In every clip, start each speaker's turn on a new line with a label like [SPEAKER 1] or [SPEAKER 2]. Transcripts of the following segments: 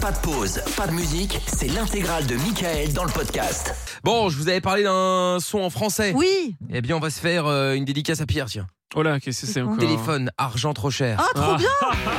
[SPEAKER 1] Pas de pause, pas de musique, c'est l'intégrale de Mickaël dans le podcast.
[SPEAKER 2] Bon, je vous avais parlé d'un son en français.
[SPEAKER 3] Oui.
[SPEAKER 2] Eh bien, on va se faire une dédicace à Pierre, tiens.
[SPEAKER 4] Oh là, qu'est-ce que c'est encore?
[SPEAKER 2] Téléphone, argent trop cher.
[SPEAKER 3] Ah, trop bien.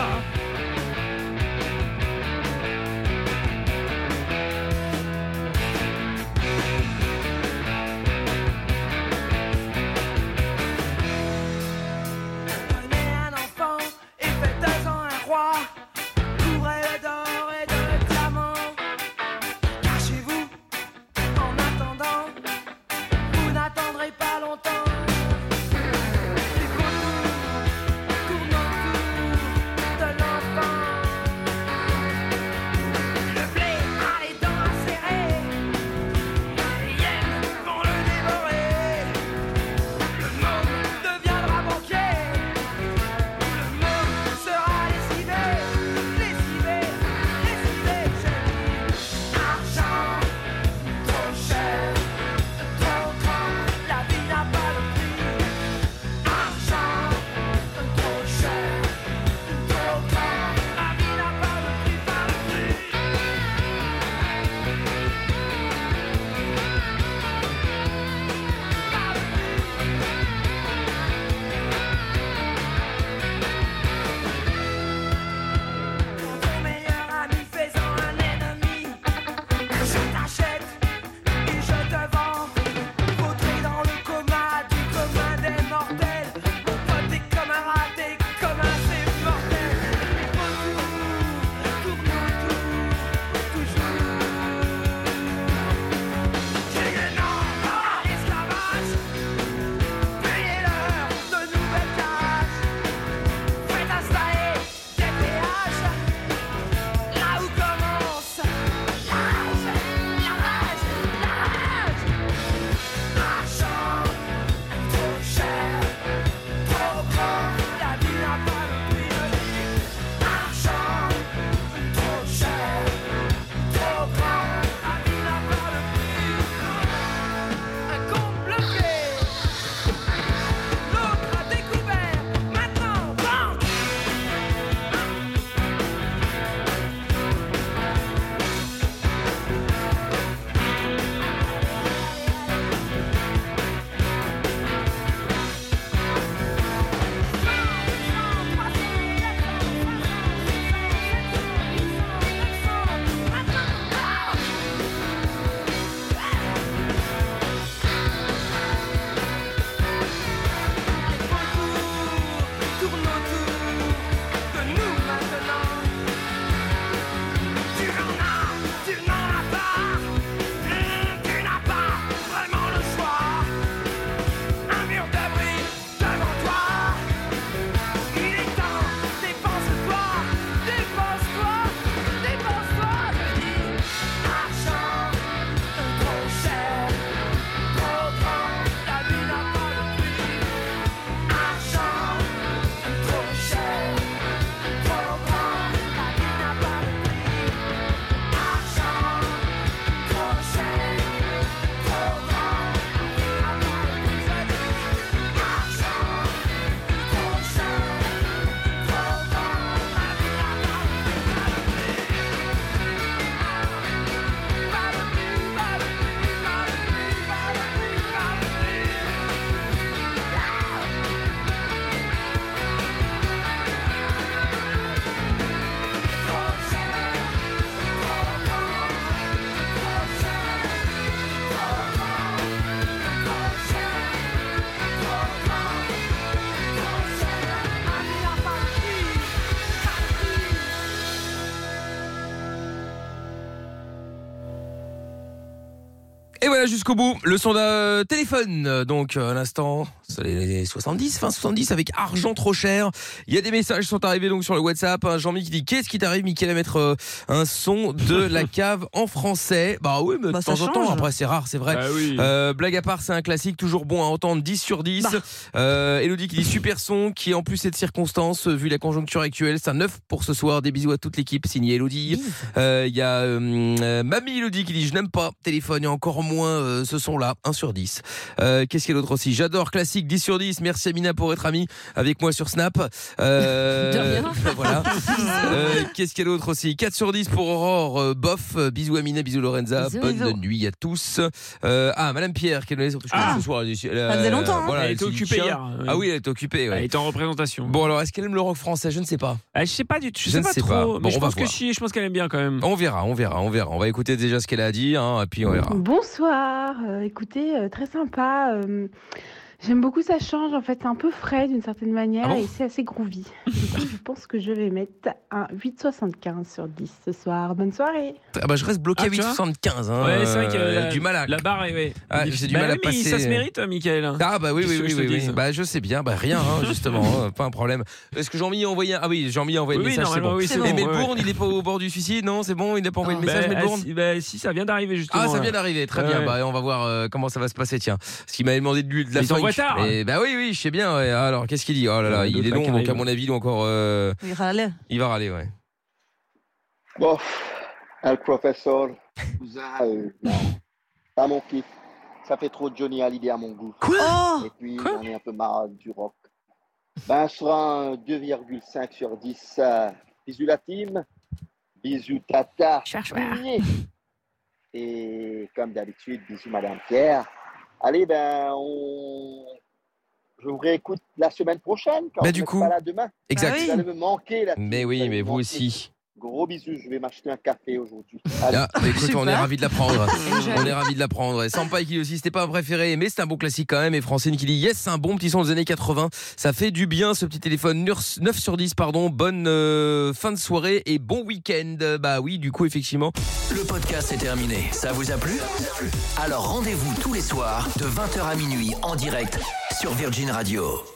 [SPEAKER 2] Et voilà jusqu'au bout, le son d'un téléphone, donc à l'instant, c'est les 70, fin 70 avec argent trop cher. Il y a des messages qui sont arrivés donc sur le WhatsApp, Jean-Mi qui dit qu'est-ce qui t'arrive Mickaël à mettre un son de la cave en français. Bah oui, mais de temps en temps, après c'est rare, c'est vrai.
[SPEAKER 4] Ah oui.
[SPEAKER 2] Blague à part, c'est un classique, toujours bon à entendre, 10 sur 10. Elodie qui dit super son, qui en plus est de circonstance, vu la conjoncture actuelle, c'est un 9 pour ce soir, des bisous à toute l'équipe, signé Elodie. Il y a Mamie Elodie qui dit je n'aime pas, téléphone et encore moins ce son-là, 1 sur 10. Qu'est-ce qu'il y a d'autre aussi? J'adore classique, 10 sur 10. Merci Amina pour être amie avec moi sur Snap. Voilà. Qu'est-ce qu'il y a d'autre aussi? 4 sur 10 pour Aurore, bof. Bisous Amina, bisous Lorenza. Bonne nuit à tous. Madame Pierre, qui est sur ce soir.
[SPEAKER 3] Ça faisait longtemps.
[SPEAKER 2] Voilà,
[SPEAKER 4] elle était occupée hier.
[SPEAKER 2] Ah oui, elle était occupée. Ouais.
[SPEAKER 4] Elle était en représentation.
[SPEAKER 2] Bon, alors, est-ce qu'elle aime le rock français? Je ne sais pas.
[SPEAKER 4] Je sais pas du tout. Je sais pas trop. Mais je pense que si, je pense qu'elle aime bien quand même.
[SPEAKER 2] On verra. On va écouter déjà ce qu'elle a dit, et puis on verra.
[SPEAKER 5] Bonsoir. Écoutez, très sympa. J'aime beaucoup, ça change. En fait, c'est un peu frais d'une certaine manière et c'est assez groovy. Du coup, je pense que je vais mettre un 8,75 sur 10 ce soir. Bonne soirée.
[SPEAKER 2] Je reste bloqué à 8,75.
[SPEAKER 5] Ouais,
[SPEAKER 2] c'est vrai que du mal à...
[SPEAKER 4] La barre est...
[SPEAKER 2] j'ai du mal à passer.
[SPEAKER 4] Ça se mérite, Mickaël.
[SPEAKER 2] Oui. Je sais bien. Rien, justement. Pas un problème. Est-ce que Jean-Mi a envoyé Jean-Mi a envoyé le message, c'est bon.
[SPEAKER 4] Oui,
[SPEAKER 2] et Melbourne, il est pas au bord du suicide, non? C'est bon, il n'a pas envoyé le message, Melbourne?
[SPEAKER 4] Si, ça vient d'arriver, justement.
[SPEAKER 2] Ça vient d'arriver, très bien. On va voir comment ça va se passer, tiens. Parce qu'il m'avait demandé de la funk.
[SPEAKER 4] Tard.
[SPEAKER 2] Oui, je sais bien. Ouais. Alors, qu'est-ce qu'il dit? Oh là là, il est long, donc à mon avis, il doit encore.
[SPEAKER 3] Il va râler.
[SPEAKER 2] Ouais.
[SPEAKER 6] Bon, le professeur, pas mon kiff. Ça fait trop Johnny Hallyday à mon goût.
[SPEAKER 2] Quoi?
[SPEAKER 6] Et puis, j'en ai un peu marre du rock. Sur un 2,5 sur 10. Bisous la team. Bisous Tata. Et comme d'habitude, bisous Madame Pierre. Allez, je vous réécoute la semaine prochaine. Quand
[SPEAKER 2] du coup,
[SPEAKER 6] pas là demain.
[SPEAKER 2] Exact.
[SPEAKER 6] Vous allez me manquer là.
[SPEAKER 2] Mais oui, mais vous aussi.
[SPEAKER 6] Gros bisous, je vais m'acheter un café aujourd'hui.
[SPEAKER 2] Écoute, on est ravis de l'apprendre. Et Sampai qui aussi, c'était pas un préféré, mais c'est un bon classique quand même. Et Francine qui dit yes, c'est un bon petit son des années 80. Ça fait du bien ce petit téléphone. 9 sur 10, pardon. Bonne fin de soirée et bon week-end. Oui, du coup, effectivement.
[SPEAKER 1] Le podcast est terminé. Ça vous a plu? Alors rendez-vous tous les soirs de 20h à minuit en direct sur Virgin Radio.